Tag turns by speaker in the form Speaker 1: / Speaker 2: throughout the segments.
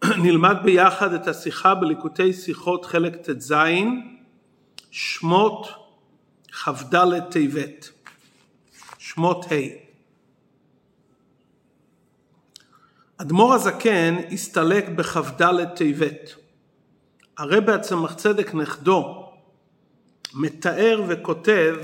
Speaker 1: נלמד ביחד את השיחה בליקוטי שיחות חלק ט"ז, שמות כ"ד טבת, שמות ה'. אדמו"ר הזקן הסתלק בכ"ד טבת. הרבי הצמח צדק נכדו מתאר וכותב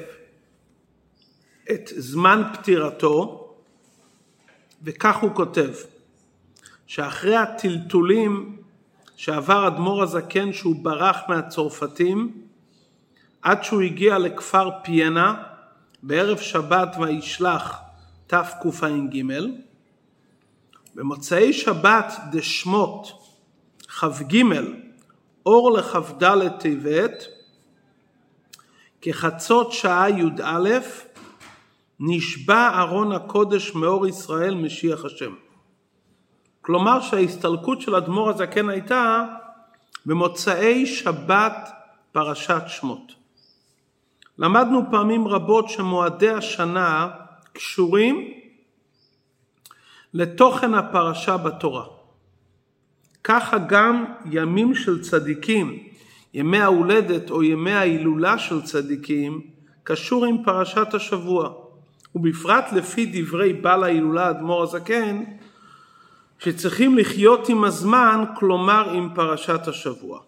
Speaker 1: את זמן פטירתו, וכך הוא כותב: שאחרי הטלטולים שעבר אדמו"ר הזקן שהוא ברח מהצרפתים, עד שהוא הגיע לכפר פיינה בערב שבת וישלח תקע"ג, במוצאי שבת דשמות כ"ג אור לכ"ד טבת, כחצות שעה י"א, נשבע ארון הקודש מאור ישראל משיח השם. כלומר שההסתלקות של אדמו"ר הזקן הייתה במוצאי שבת פרשת שמות. למדנו פעמים רבות שמועדי השנה קשורים לתוכן הפרשה בתורה. ככה גם ימים של צדיקים, ימי ההולדת או ימי ההילולה של צדיקים, קשור עם פרשת השבוע. ובפרט לפי דברי בעל ההילולה אדמו"ר הזקן, שצריכים לחיות עם הזמן, כלומר עם פרשת השבוע.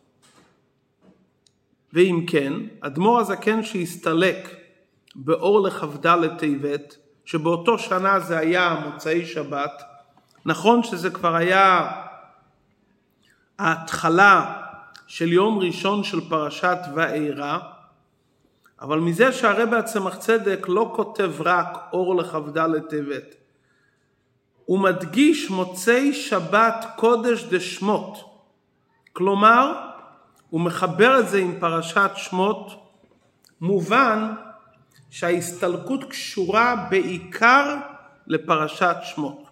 Speaker 1: ואם כן, אדמו"ר הזקן שהסתלק באור לכ"ד טבת, שבאותו שנה זה היה מוצאי שבת, נכון שזה כבר היה ההתחלה של יום ראשון של פרשת וארא, אבל מזה שהרבי הצמח צדק לא כותב רק אור לכ"ד טבת, הוא מדגיש מוצאי שבת קודש דשמות, כלומר הוא מחבר את זה עם פרשת שמות. מובן שההסתלקות קשורה בעיקר לפרשת שמות.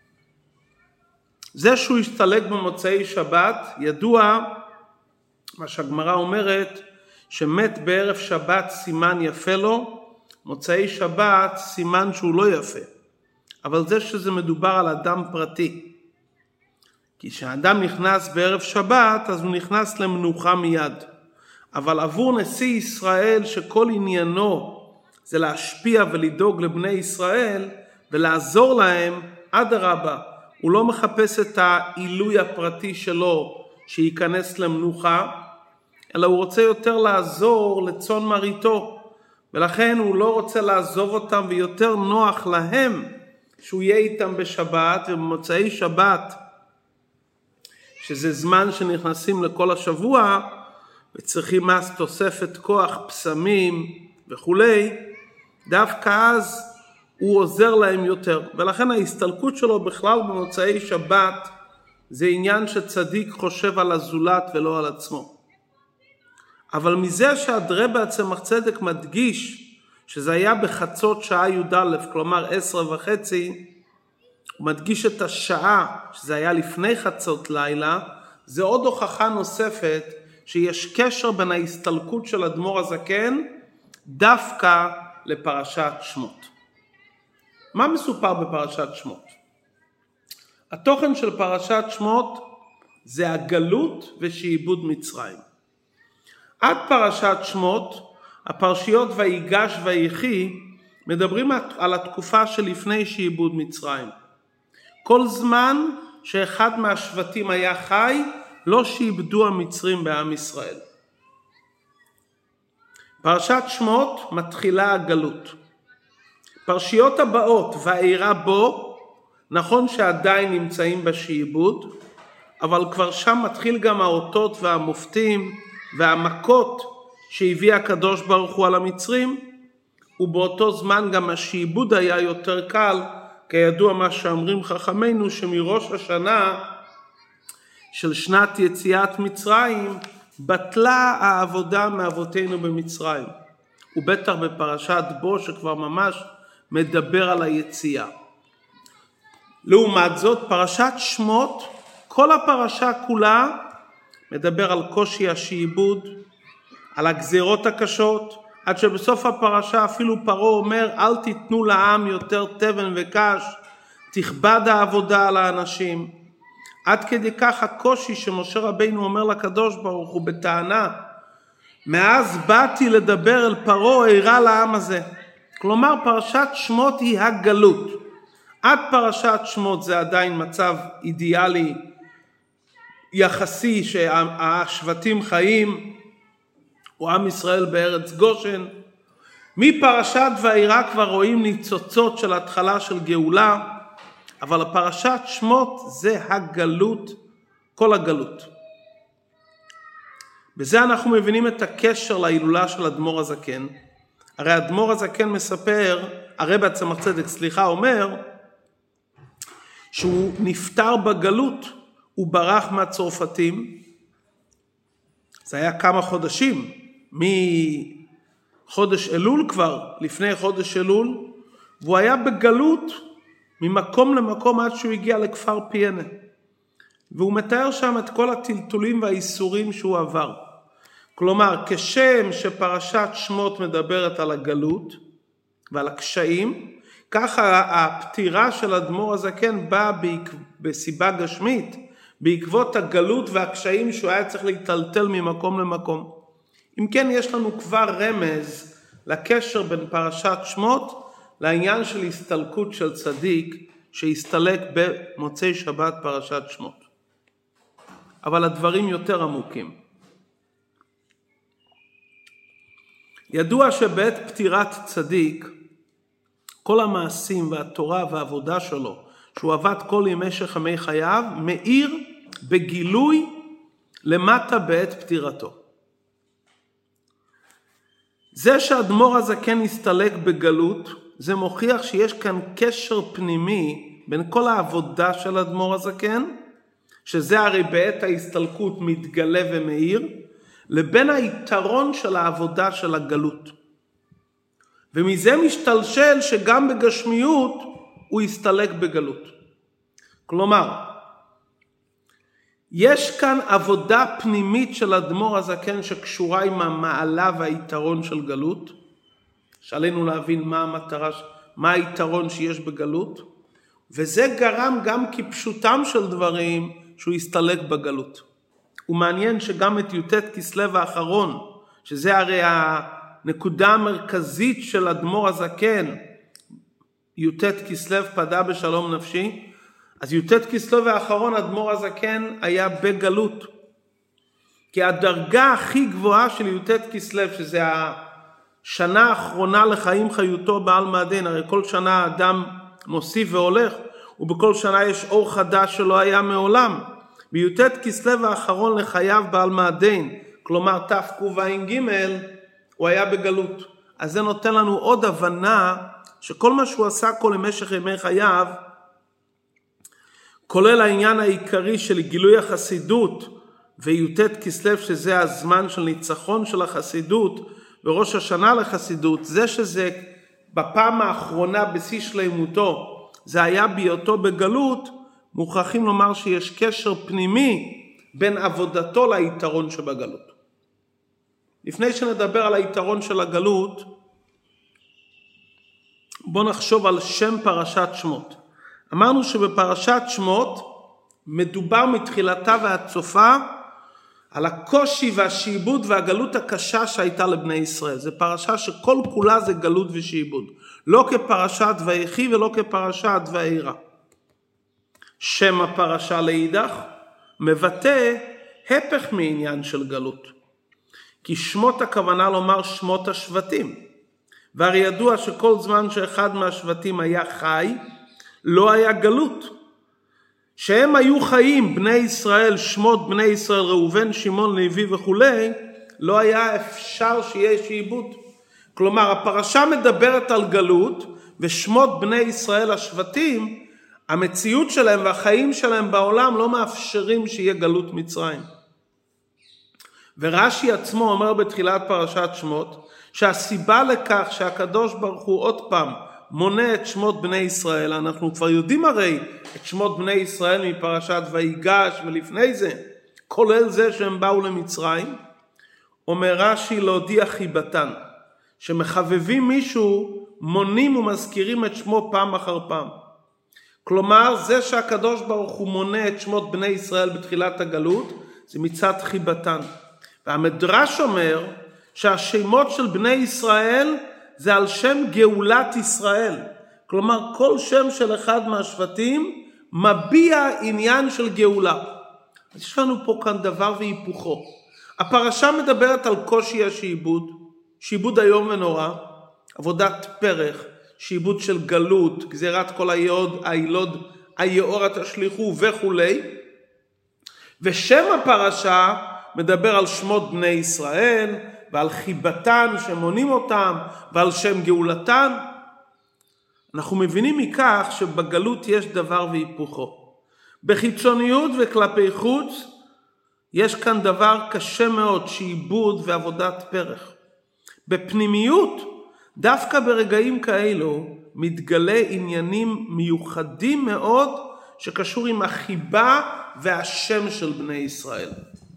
Speaker 1: זה שהוא הסתלק במוצאי שבת, ידוע מה שהגמרא אומרת, שמת בערב שבת סימן יפה לו, מוצאי שבת סימן שהוא לא יפה. אבל זה שזה מדובר על אדם פרטי. כי כשאדם נכנס בערב שבת, אז הוא נכנס למנוחה מיד. אבל עבור נשיא ישראל שכל עניינו זה להשפיע ולדאוג לבני ישראל ולעזור להם, אדרבה, הוא לא מחפש את העילוי הפרטי שלו שייכנס למנוחה, אלא הוא רוצה יותר לעזור לצאן מרעיתו, ולכן הוא לא רוצה לעזוב אותם, ויותר נוח להם שהוא יהיה איתם בשבת. ובמוצאי שבת, שזה זמן שנכנסים לכל השבוע וצריכים אז תוספת כוח, פסמים וכולי, דווקא אז הוא עוזר להם יותר. ולכן ההסתלקות שלו בכלל במוצאי שבת זה עניין שצדיק חושב על הזולת ולא על עצמו. אבל מזה שהרבי הצמח צדק מדגיש שזה היה בחצות שעה י"א, כלומר 10:30, הוא מדגיש את השעה שזה היה לפני חצות לילה, זה עוד הוכחה נוספת שיש קשר בין ההסתלקות של אדמו"ר הזקן דווקא לפרשת שמות. מה מסופר בפרשת שמות? התוכן של פרשת שמות זה הגלות ושעבוד מצרים. עד פרשת שמות, הפרשיות ויגש ויחי מדברים על התקופה שלפני שעבוד מצרים. כל זמן שאחד מהשבטים היה חי, לא שעבדו המצרים בעם ישראל. פרשת שמות מתחילה הגלות. פרשיות הבאות וארא בו, נכון שעדיין נמצאים בשעבוד, אבל כבר שם מתחיל גם האותות והמופתים והמכות שהביא הקדוש ברוך הוא על המצרים, ובאותו זמן גם השעבוד היה יותר קל, כידוע מה שאומרים חכמינו, שמראש השנה של שנת יציאת מצרים בטלה העבודה מאבותינו במצרים, ובטח בפרשת בו שכבר ממש מדבר על היציאה. לעומת זאת פרשת שמות, כל הפרשה כולה מדבר על קושי השעבוד, על הגזירות הקשות, עד שבסוף הפרשה אפילו פרעה אומר אל תיתנו לעם יותר תבן וקש, תכבד העבודה על האנשים. עד כדי כך הקושי שמשה רבינו אומר לקדוש ברוך הוא בטענה, מאז באתי לדבר אל פרעה אירע לעם הזה. כלומר פרשת שמות היא הגלות. עד פרשת שמות זה עדיין מצב אידיאלי יחסי שהשבטים חיים, או עם ישראל בארץ גושן. מפרשת ואירע כבר רואים ניצוצות של התחלה של גאולה, אבל הפרשת שמות זה הגלות, כל הגלות. בזה אנחנו מבינים את הקשר להילולה של אדמו"ר הזקן. הרי אדמו"ר הזקן מספר, הרב הצמח צדק אומר, שהוא נפטר בגלות, הוא ברח מהצרפתים. זה היה כמה חודשים, מחודש אלול כבר, לפני חודש אלול, והוא היה בגלות ממקום למקום עד שהוא הגיע לכפר פיינה. והוא מתאר שם את כל הטלטולים והאיסורים שהוא עבר. כלומר, כשם שפרשת שמות מדברת על הגלות ועל הקשיים, ככה הפטירה של אדמו"ר הזקן באה בסיבה גשמית, בעקבות הגלות והקשיים שהוא היה צריך להיטלטל ממקום למקום. אם כן, יש לנו כבר רמז לקשר בין פרשת שמות לעניין של הסתלקות של צדיק שהסתלק במוצאי שבת פרשת שמות. אבל הדברים יותר עמוקים. ידוע שבעת פטירת צדיק, כל המעשים והתורה והעבודה שלו, שהוא עבד כל במשך ימי חייו, מאיר בגילוי למטה בעת פטירתו. זה שאדמו"ר הזקן הסתלק בגלות, זה מוכיח שיש כאן קשר פנימי בין כל העבודה של אדמו"ר הזקן, שזה הרי בעת ההסתלקות מתגלה ומאיר, לבין היתרון של העבודה של הגלות. ומזה משתלשל שגם בגשמיות הוא הסתלק בגלות. כלומר, יש כאן עבודה פנימית של אדמו"ר הזקן שקשורה עם המעלה והיתרון של גלות, שעלינו להבין מה המטרה, מה היתרון שיש בגלות, וזה גרם גם כפשוטם של דברים שהוא הסתלק בגלות. ומעניין שגם את י"ט כסלו האחרון, שזה הרי הנקודה המרכזית של אדמו"ר הזקן, י"ט כסלו פדה בשלום נפשי, אז י"ט כסלו האחרון אדמו"ר הזקן היה בגלות. כי הדרגה הכי גבוהה של י"ט כסלו, שזה השנה האחרונה לחיים חיותו בעל מעדין, הרי כל שנה האדם מוסיף והולך, ובכל שנה יש אור חדש שלא היה מעולם. בי"ט כסלו האחרון לחייו בעל מעדין, כלומר תקע"ג, הוא היה בגלות. אז זה נותן לנו עוד הבנה שכל מה שהוא עשה כל במשך ימי חייו, כולל העניין העיקרי של גילוי החסידות, וי"ט כסלו שזה הזמן של ניצחון של החסידות, וראש השנה לחסידות, זה שזה בפעם האחרונה בשיא שלמותו, זה היה בהיותו בגלות, מוכרחים לומר שיש קשר פנימי בין עבודתו ליתרון שבגלות. לפני שנדבר על היתרון של הגלות, בואו נחשוב על שם פרשת שמות. אמרנו שבפרשת שמות מדובר מתחילתה ועד סופה על הקושי והשיעבוד והגלות הקשה שהייתה לבני ישראל. זו פרשה שכל כולה זה גלות ושיעבוד. לא כפרשת ויחי ולא כפרשת ואירע. שם הפרשה לאידך מבטא הפך מעניין של גלות. כי שמות הכוונה לומר שמות השבטים. והרי ידוע שכל זמן שאחד מהשבטים היה חי, לא היה גלות. שהם היו חיים, בני ישראל, שמות בני ישראל, ראובן, שמעון, לוי וכו', לא היה אפשר שיהיה שיעבוד. כלומר, הפרשה מדברת על גלות, ושמות בני ישראל השבטים, המציאות שלהם והחיים שלהם בעולם לא מאפשרים שיהיה גלות מצרים. ורש"י עצמו אומר בתחילת פרשת שמות, שהסיבה לכך שהקדוש ברוך הוא עוד פעם מונה את שמות בני ישראל, אנחנו כבר יודעים הרי את שמות בני ישראל מפרשת ויגש ולפני זה, כולל זה שהם באו למצרים, אומר רש"י להודיע חיבתן, שמחבבים מישהו, מונים ומזכירים את שמו פעם אחר פעם. כלומר, זה שהקדוש ברוך הוא מונה את שמות בני ישראל בתחילת הגלות, זה מצד חיבתן. והמדרש אומר שהשמות של בני ישראל זה על שם גאולת ישראל. כלומר, כל שם של אחד מהשבטים מביע עניין של גאולה. אז יש לנו פה כאן דבר והיפוכו. הפרשה מדברת על קושי השעבוד, שעבוד איום ונורא, עבודת פרך, שעבוד של גלות, גזירת כל הילוד, היאורה תשליכו וכו'. ושם הפרשה מדבר על שמות בני ישראל, ועל חיבתן שמונים אותם, ועל שם גאולתן. אנחנו מבינים מכך שבגלות יש דבר והיפוכו. בחיצוניות וכלפי חוץ יש כאן דבר קשה מאוד, שעבוד ועבודת פרך. בפנימיות, דווקא ברגעים כאלו, מתגלה עניינים מיוחדים מאוד שקשור עם החיבה והשם של בני ישראל.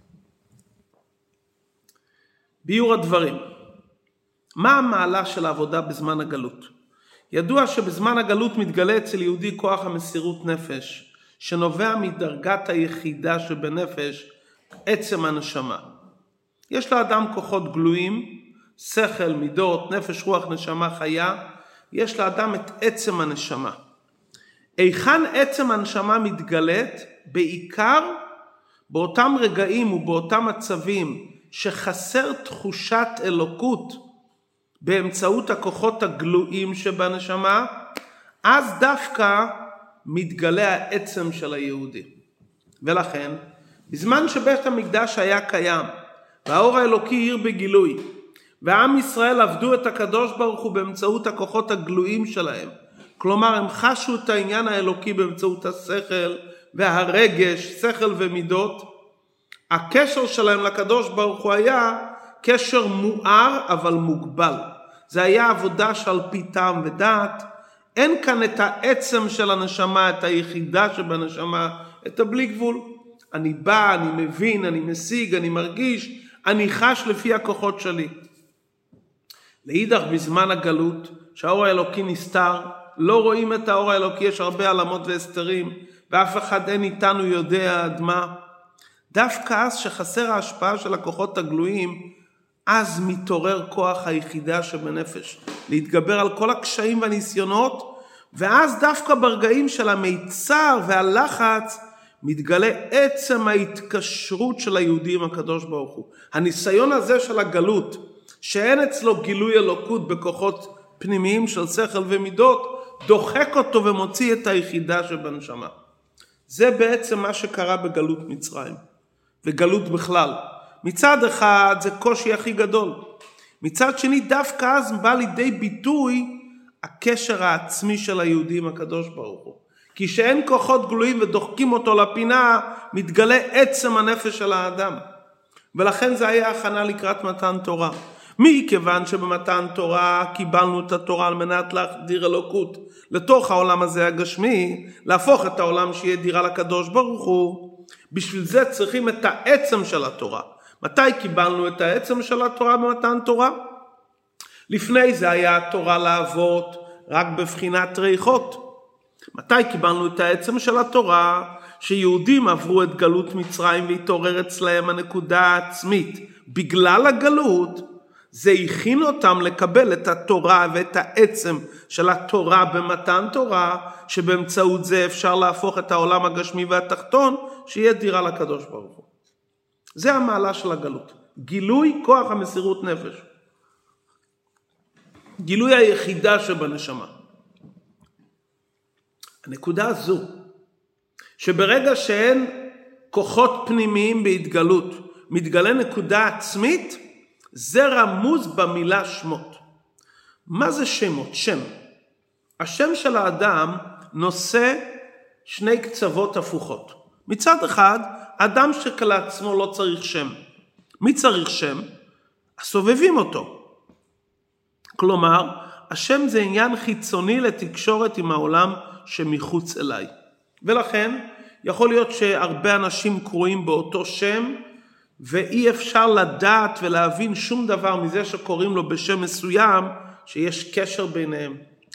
Speaker 1: ביור הדברים. מה המעלה של העבודה בזמן הגלות? ידוע שבזמן הגלות מתגלה אצל יהודי כוח המסירות נפש, שנובע מדרגת היחידה שבנפש, עצם הנשמה. יש לאדם כוחות גלויים, שכל, מידות, נפש, רוח, נשמה, חיה. יש לאדם את עצם הנשמה. היכן עצם הנשמה מתגלית? בעיקר באותם רגעים ובאותם מצבים שחסר תחושת אלוקות באמצעות הכוחות הגלויים שבנשמה, אז דווקא מתגלה העצם של היהודי. ולכן, בזמן שבית המקדש היה קיים, והאור האלוקי עיר בגילוי, ועם ישראל עבדו את הקדוש ברוך הוא באמצעות הכוחות הגלויים שלהם, כלומר הם חשו את העניין האלוקי באמצעות השכל והרגש, שכל ומידות, הקשר שלהם לקדוש ברוך הוא היה קשר מואר אבל מוגבל. זה היה עבודה שעל פי טעם ודעת. אין כאן את העצם של הנשמה, את היחידה שבנשמה, את הבלי גבול. אני בא, אני מבין, אני משיג, אני מרגיש, אני חש לפי הכוחות שלי. לאידך בזמן הגלות, שהאור האלוקי נסתר, לא רואים את האור האלוקי, יש הרבה עלמות והסתרים, ואף אחד אין איתנו יודע עד מה. דווקא אז שחסר ההשפעה של הכוחות הגלויים, אז מתעורר כוח היחידה שבנפש, להתגבר על כל הקשיים והניסיונות, ואז דווקא ברגעים של המיצר והלחץ, מתגלה עצם ההתקשרות של היהודי עם הקדוש ברוך הוא. הניסיון הזה של הגלות, שאין אצלו גילוי אלוקות בכוחות פנימיים של שכל ומידות, דוחק אותו ומוציא את היחידה שבנשמה. זה בעצם מה שקרה בגלות מצרים, וגלות בכלל. מצד אחד זה קושי הכי גדול. מצד שני דווקא אז בא לידי ביטוי הקשר העצמי של היהודי עם הקדוש ברוך הוא. כי שאין כוחות גלויים ודוחקים אותו לפינה, מתגלה עצם הנפש של האדם. ולכן זה היה הכנה לקראת מתן תורה. מכיוון שבמתן תורה קיבלנו את התורה על מנת להחדיר אלוקות לתוך העולם הזה הגשמי, להפוך את העולם שיהיה דירה לקדוש ברוך הוא, בשביל זה צריכים את העצם של התורה. מתי קיבלנו את העצם של התורה במתן תורה? לפני זה היה התורה לאבות רק בבחינת ריחות. מתי קיבלנו את העצם של התורה? שיהודים עברו את גלות מצרים והתעורר אצלהם הנקודה העצמית. בגלל הגלות זה הכין אותם לקבל את התורה ואת העצם של התורה במתן תורה, שבאמצעות זה אפשר להפוך את העולם הגשמי והתחתון שיהיה דירה לקדוש ברוך הוא. זה המעלה של הגלות. גילוי כוח המסירות נפש. גילוי היחידה שבנשמה. הנקודה הזו, שברגע שאין כוחות פנימיים בהתגלות, מתגלה נקודה עצמית, זה רמוז במילה שמות. מה זה שמות? שם. השם של האדם נושא שני קצוות הפוכות. מצד אחד, אדם שכלעצמו לא צריך שם. מי צריך שם? הסובבים אותו. כלומר, השם זה עניין חיצוני לתקשורת עם העולם שמחוץ אליי. ולכן, יכול להיות שהרבה אנשים קרואים באותו שם, ואי אפשר לדעת ולהבין שום דבר מזה שקוראים לו בשם מסוים, שיש קשר ביניהם.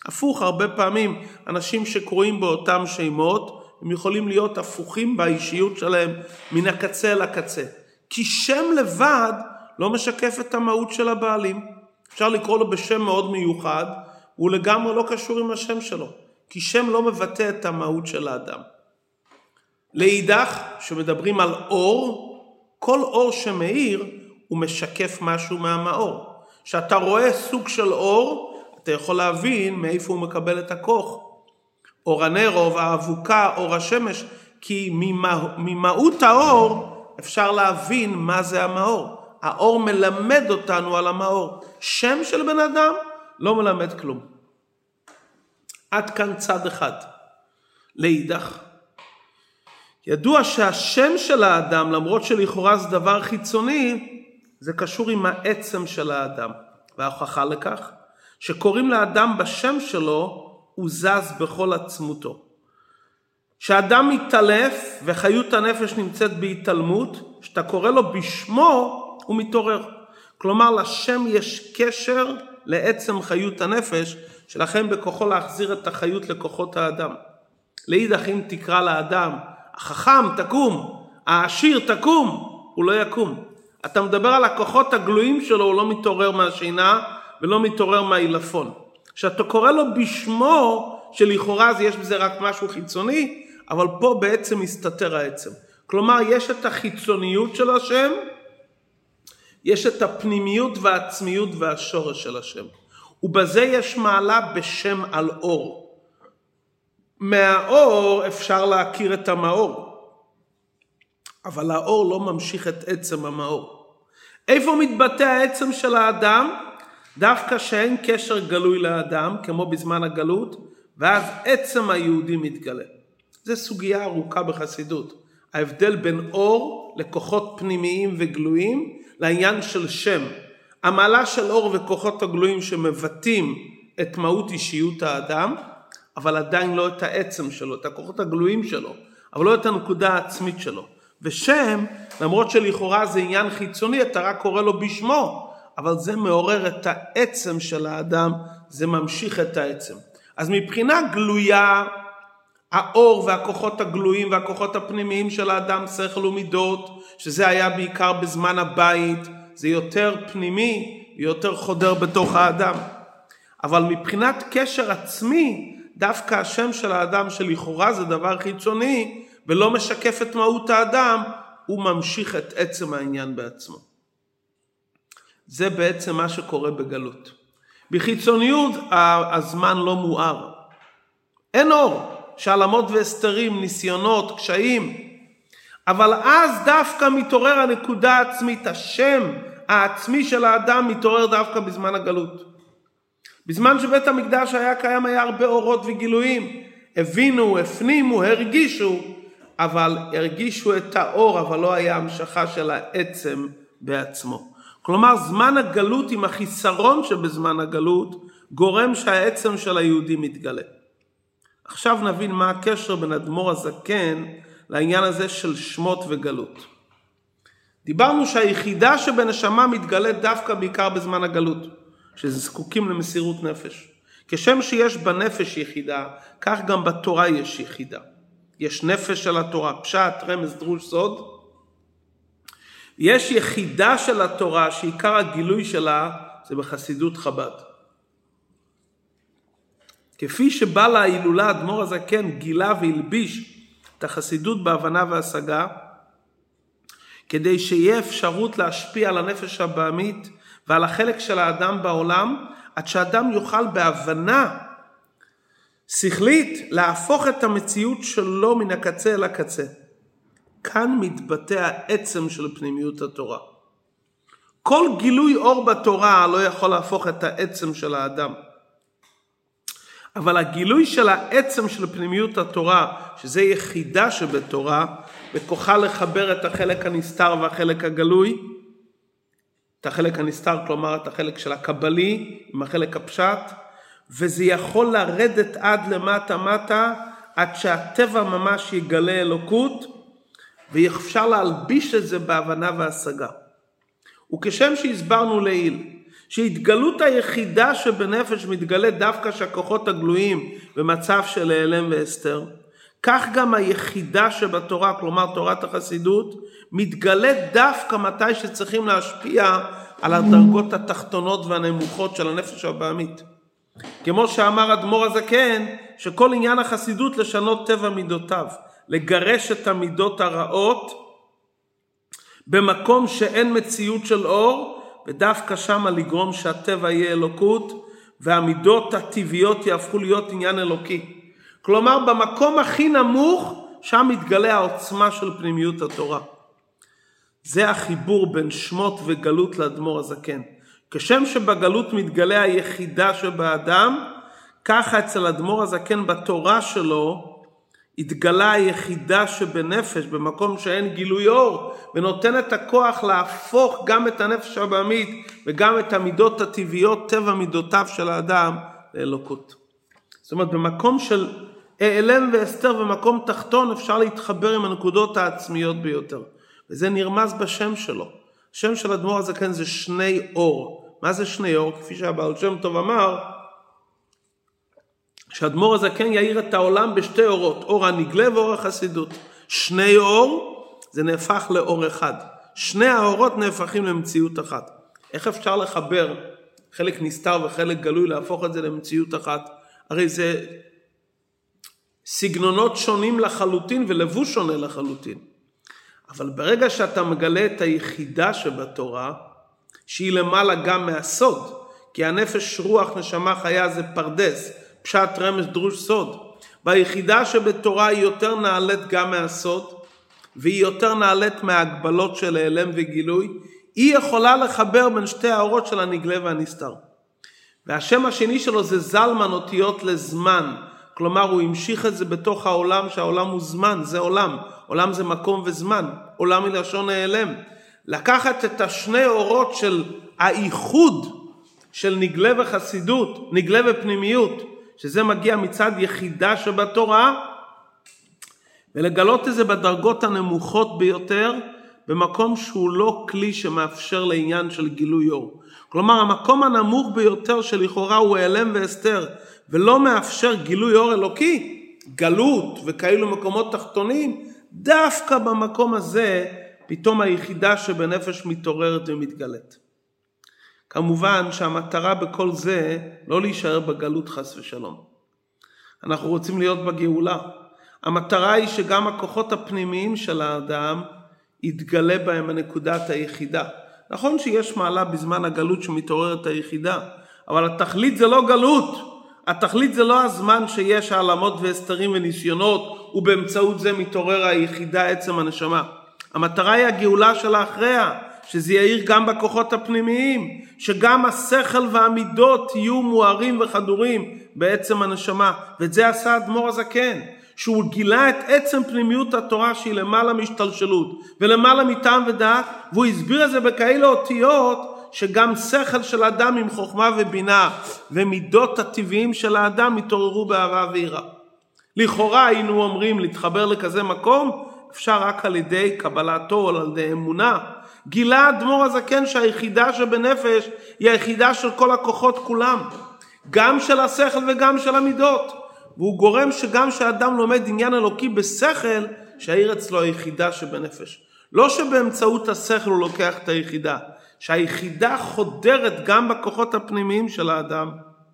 Speaker 1: הפוך, הרבה פעמים אנשים שקוראים באותם שמות, הם יכולים להיות הפוכים באישיות שלהם מן הקצה לקצה. כי שם לבד לא משקף את המהות של הבעלים. אפשר לקרוא לו בשם מאוד מיוחד, הוא לגמרי לא קשור עם השם שלו. כי שם לא מבטא את המהות של האדם. לאידך, שמדברים על אור, כל אור שמאיר הוא משקף משהו מהמאור. כשאתה רואה סוג של אור, אתה יכול להבין מאיפה הוא מקבל את הכוח. אור הנר, אור האבוקה, אור השמש, כי ממהות האור אפשר להבין מה זה המאור. האור מלמד אותנו על המאור. שם של בן אדם לא מלמד כלום. עד כאן צד אחד. לאידך, ידוע שהשם של האדם, למרות שלכאורה זה דבר חיצוני, זה קשור עם העצם של האדם. וההוכחה לכך, שקוראים לאדם בשם שלו, הוא זז בכל עצמותו. כשאדם מתעלף וחיות הנפש נמצאת בהתעלמות, כשאתה קורא לו בשמו, הוא מתעורר. כלומר, לשם יש קשר לעצם חיות הנפש, שלכם בכוחו להחזיר את החיות לכוחות האדם. לאידך, אם תקרא לאדם, החכם תקום, העשיר תקום, הוא לא יקום. אתה מדבר על הכוחות הגלויים שלו, הוא לא מתעורר מהשינה ולא מתעורר מהעילפון. כשאתה קורא לו בשמו, שלכאורה יש בזה רק משהו חיצוני, אבל פה בעצם מסתתר העצם. כלומר, יש את החיצוניות של השם, יש את הפנימיות והעצמיות והשורש של השם. ובזה יש מעלה בשם על אור. מהאור אפשר להכיר את המאור, אבל האור לא ממשיך את עצם המאור. איפה מתבטא העצם של האדם? דווקא שאין קשר גלוי לאדם, כמו בזמן הגלות, ואז עצם היהודי מתגלה. זו סוגיה ארוכה בחסידות. ההבדל בין אור לכוחות פנימיים וגלויים, לעניין של שם. המעלה של אור וכוחות הגלויים שמבטאים את מהות אישיות האדם, אבל עדיין לא את העצם שלו, את הכוחות הגלויים שלו, אבל לא את הנקודה העצמית שלו. ושם, למרות שלכאורה זה עניין חיצוני, אתה רק קורא לו בשמו, אבל זה מעורר את העצם של האדם, זה ממשיך את העצם. אז מבחינה גלויה, האור והכוחות הגלויים והכוחות הפנימיים של האדם, שכל ומידות, שזה היה בעיקר בזמן הבית, זה יותר פנימי, יותר חודר בתוך האדם. אבל מבחינת קשר עצמי, דווקא השם של האדם שלכאורה זה דבר חיצוני, ולא משקף את מהות האדם, הוא ממשיך את עצם העניין בעצמו. זה בעצם מה שקורה בגלות. בחיצוניות הזמן לא מואר. אין אור, שלמות והסתרים, ניסיונות, קשיים. אבל אז דווקא מתעורר הנקודה העצמית, השם העצמי של האדם מתעורר דווקא בזמן הגלות. בזמן שבית המקדש היה קיים היה הרבה אורות וגילויים. הבינו, הפנימו, הרגישו, אבל הרגישו את האור, אבל לא היה המשכה של העצם בעצמו. כלומר, זמן הגלות עם החיסרון שבזמן הגלות, גורם שהעצם של היהודי מתגלה. עכשיו נבין מה הקשר בין אדמו"ר הזקן לעניין הזה של שמות וגלות. דיברנו שהיחידה שבנשמה מתגלה דווקא בעיקר בזמן הגלות, שזקוקים למסירות נפש. כשם שיש בנפש יחידה, כך גם בתורה יש יחידה. יש נפש של התורה, פשט, רמז, דרוש, סוד. יש יחידה של התורה שעיקר הגילוי שלה זה בחסידות חב"ד. כפי שבא להילולה אדמו"ר הזקן גילה והלביש את החסידות בהבנה והשגה, כדי שיהיה אפשרות להשפיע על הנפש הבהמית ועל החלק של האדם בעולם, עד שאדם יוכל בהבנה שכלית להפוך את המציאות שלו מן הקצה אל הקצה. כאן מתבטא העצם של פנימיות התורה. כל גילוי אור בתורה לא יכול להפוך את העצם של האדם. אבל הגילוי של העצם של פנימיות התורה, שזה יחידה שבתורה, בכוחה לחבר את החלק הנסתר והחלק הגלוי, את החלק הנסתר, כלומר את החלק של הקבלי, עם החלק הפשט, וזה יכול לרדת עד למטה מטה, עד שהטבע ממש יגלה אלוקות, ואפשר להלביש את זה בהבנה והשגה. וכשם שהסברנו לעיל, שהתגלות היחידה שבנפש מתגלה דווקא שהכוחות הגלויים במצב של העלם והסתר, כך גם היחידה שבתורה, כלומר תורת החסידות, מתגלה דווקא מתי שצריכים להשפיע על הדרגות התחתונות והנמוכות של הנפש הבהמית. כמו שאמר אדמו"ר הזקן, שכל עניין החסידות לשנות טבע מידותיו, לגרש את המידות הרעות במקום שאין מציאות של אור, ודווקא שם לגרום שהטבע יהיה אלוקות, והמידות הטבעיות יהפכו להיות עניין אלוקי. כלומר, במקום הכי נמוך, שם מתגלה העוצמה של פנימיות התורה. זה החיבור בין שמות וגלות לאדמו"ר הזקן. כשם שבגלות מתגלה היחידה שבאדם, ככה אצל אדמו"ר הזקן בתורה שלו, התגלה היחידה שבנפש, במקום שאין גילוי אור, ונותן את הכוח להפוך גם את הנפש הבהמית, וגם את המידות הטבעיות, טבע מידותיו של האדם, לאלוקות. זאת אומרת, במקום של העלם והסתר, במקום תחתון, אפשר להתחבר עם הנקודות העצמיות ביותר. וזה נרמז בשם שלו. השם של אדמו"ר הזקן זה שני אור. מה זה שני אור? כפי שהבעל שם טוב אמר, שאדמו"ר הזקן יאיר את העולם בשתי אורות, אור הנגלה ואור החסידות. שני אור זה נהפך לאור אחד. שני האורות נהפכים למציאות אחת. איך אפשר לחבר חלק נסתר וחלק גלוי, להפוך את זה למציאות אחת? הרי זה סגנונות שונים לחלוטין ולבוש שונה לחלוטין. אבל ברגע שאתה מגלה את היחידה שבתורה, שהיא למעלה גם מהסוד, כי הנפש רוח נשמה חיה זה פרדס, פשט רמז דרוש סוד, והיחידה שבתורה היא יותר נעלית גם מהסוד, והיא יותר נעלית מההגבלות של העלם וגילוי, היא יכולה לחבר בין שתי האורות של הנגלה והנסתר. והשם השני שלו זה זלמן, אותיות לזמן, כלומר הוא המשיך את זה בתוך העולם, שהעולם הוא זמן, זה עולם, עולם זה מקום וזמן, עולם מלשון העלם. לקחת את השני אורות של האיחוד של נגלה וחסידות, נגלה ופנימיות, שזה מגיע מצד יחידה שבתורה, ולגלות את זה בדרגות הנמוכות ביותר, במקום שהוא לא כלי שמאפשר לעניין של גילוי אור. כלומר, המקום הנמוך ביותר שלכאורה הוא העלם והסתר, ולא מאפשר גילוי אור אלוקי, גלות וכאלו מקומות תחתונים, דווקא במקום הזה, פתאום היחידה שבנפש מתעוררת ומתגלת. כמובן שהמטרה בכל זה לא להישאר בגלות חס ושלום. אנחנו רוצים להיות בגאולה. המטרה היא שגם הכוחות הפנימיים של האדם יתגלה בהם הנקודת היחידה. נכון שיש מעלה בזמן הגלות שמתעוררת היחידה, אבל התכלית זה לא גלות. התכלית זה לא הזמן שיש העלמות והסתרים וניסיונות, ובאמצעות זה מתעורר היחידה עצם הנשמה. המטרה היא הגאולה של האחריה, שזה יאיר גם בכוחות הפנימיים, שגם השכל והמידות יהיו מוארים וחדורים בעצם הנשמה. ואת זה עשה אדמו"ר הזקן, שהוא גילה את עצם פנימיות התורה שהיא למעלה משתלשלות, ולמעלה מטעם ודעת, והוא הסביר את זה בכאלה אותיות, שגם שכל של אדם עם חוכמה ובינה, ומידות הטבעיים של האדם מתעוררו באהבה ויראה. לכאורה היינו אומרים להתחבר לכזה מקום, אפשר רק על ידי קבלתו או על ידי אמונה. גילה אדמו"ר הזקן שהיחידה שבנפש היא היחידה של כל הכוחות כולם, גם של השכל וגם של המידות, והוא גורם שגם שאדם לומד עניין אלוקי בשכל, שהעיר אצלו היחידה שבנפש. לא שבאמצעות השכל הוא לוקח את היחידה, שהיחידה חודרת גם בכוחות הפנימיים של האדם,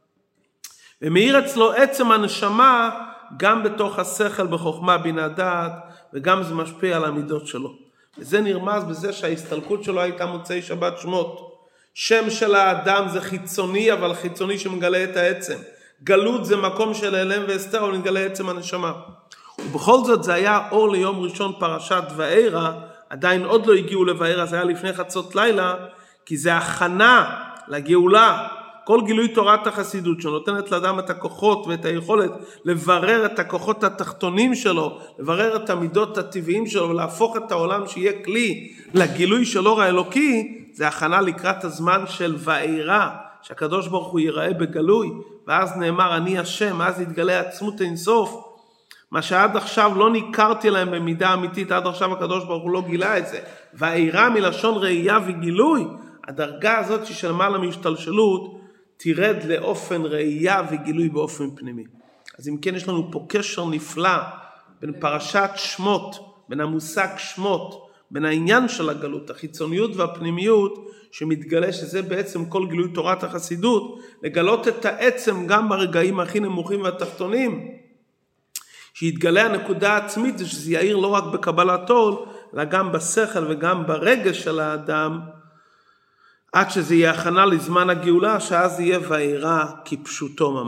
Speaker 1: ומאיר אצלו עצם הנשמה גם בתוך השכל בחוכמה בינה דעת, וגם זה משפיע על המידות שלו. וזה נרמז בזה שההסתלקות שלו הייתה מוצאי שבת שמות. שם של האדם זה חיצוני, אבל חיצוני שמגלה את העצם. גלות זה מקום של העלם והסתר, אבל נגלה עצם הנשמה. ובכל זאת זה היה אור ליום ראשון פרשת וארא, עדיין עוד לא הגיעו לוארא, זה היה לפני חצות לילה, כי זה הכנה לגאולה. כל גילוי תורת החסידות שנותנת לאדם את הכוחות ואת היכולת לברר את הכוחות התחתונים שלו, לברר את המידות הטבעיים שלו ולהפוך את העולם שיהיה כלי לגילוי של אור האלוקי, זה הכנה לקראת הזמן של וארא, שהקדוש ברוך הוא ייראה בגלוי, ואז נאמר אני השם, אז יתגלה עצמות אינסוף, מה שעד עכשיו לא ניכרתי להם במידה אמיתית, עד עכשיו הקדוש ברוך הוא לא גילה את זה. וארא מלשון ראייה וגילוי, הדרגה הזאת של למעלה מהשתלשלות תירד לאופן ראייה וגילוי באופן פנימי. אז אם כן יש לנו פה קשר נפלא בין פרשת שמות, בין המושג שמות, בין העניין של הגלות, החיצוניות והפנימיות שמתגלה, שזה בעצם כל גילוי תורת החסידות, לגלות את העצם גם ברגעים הכי נמוכים והתחתונים, שיתגלה הנקודה העצמית, זה שזה יאיר לא רק בקבלת עול, אלא גם בשכל וגם ברגש של האדם, עד שזה יהיה הכנה לזמן הגאולה, שאז יהיה וירא כפשוטו ממש.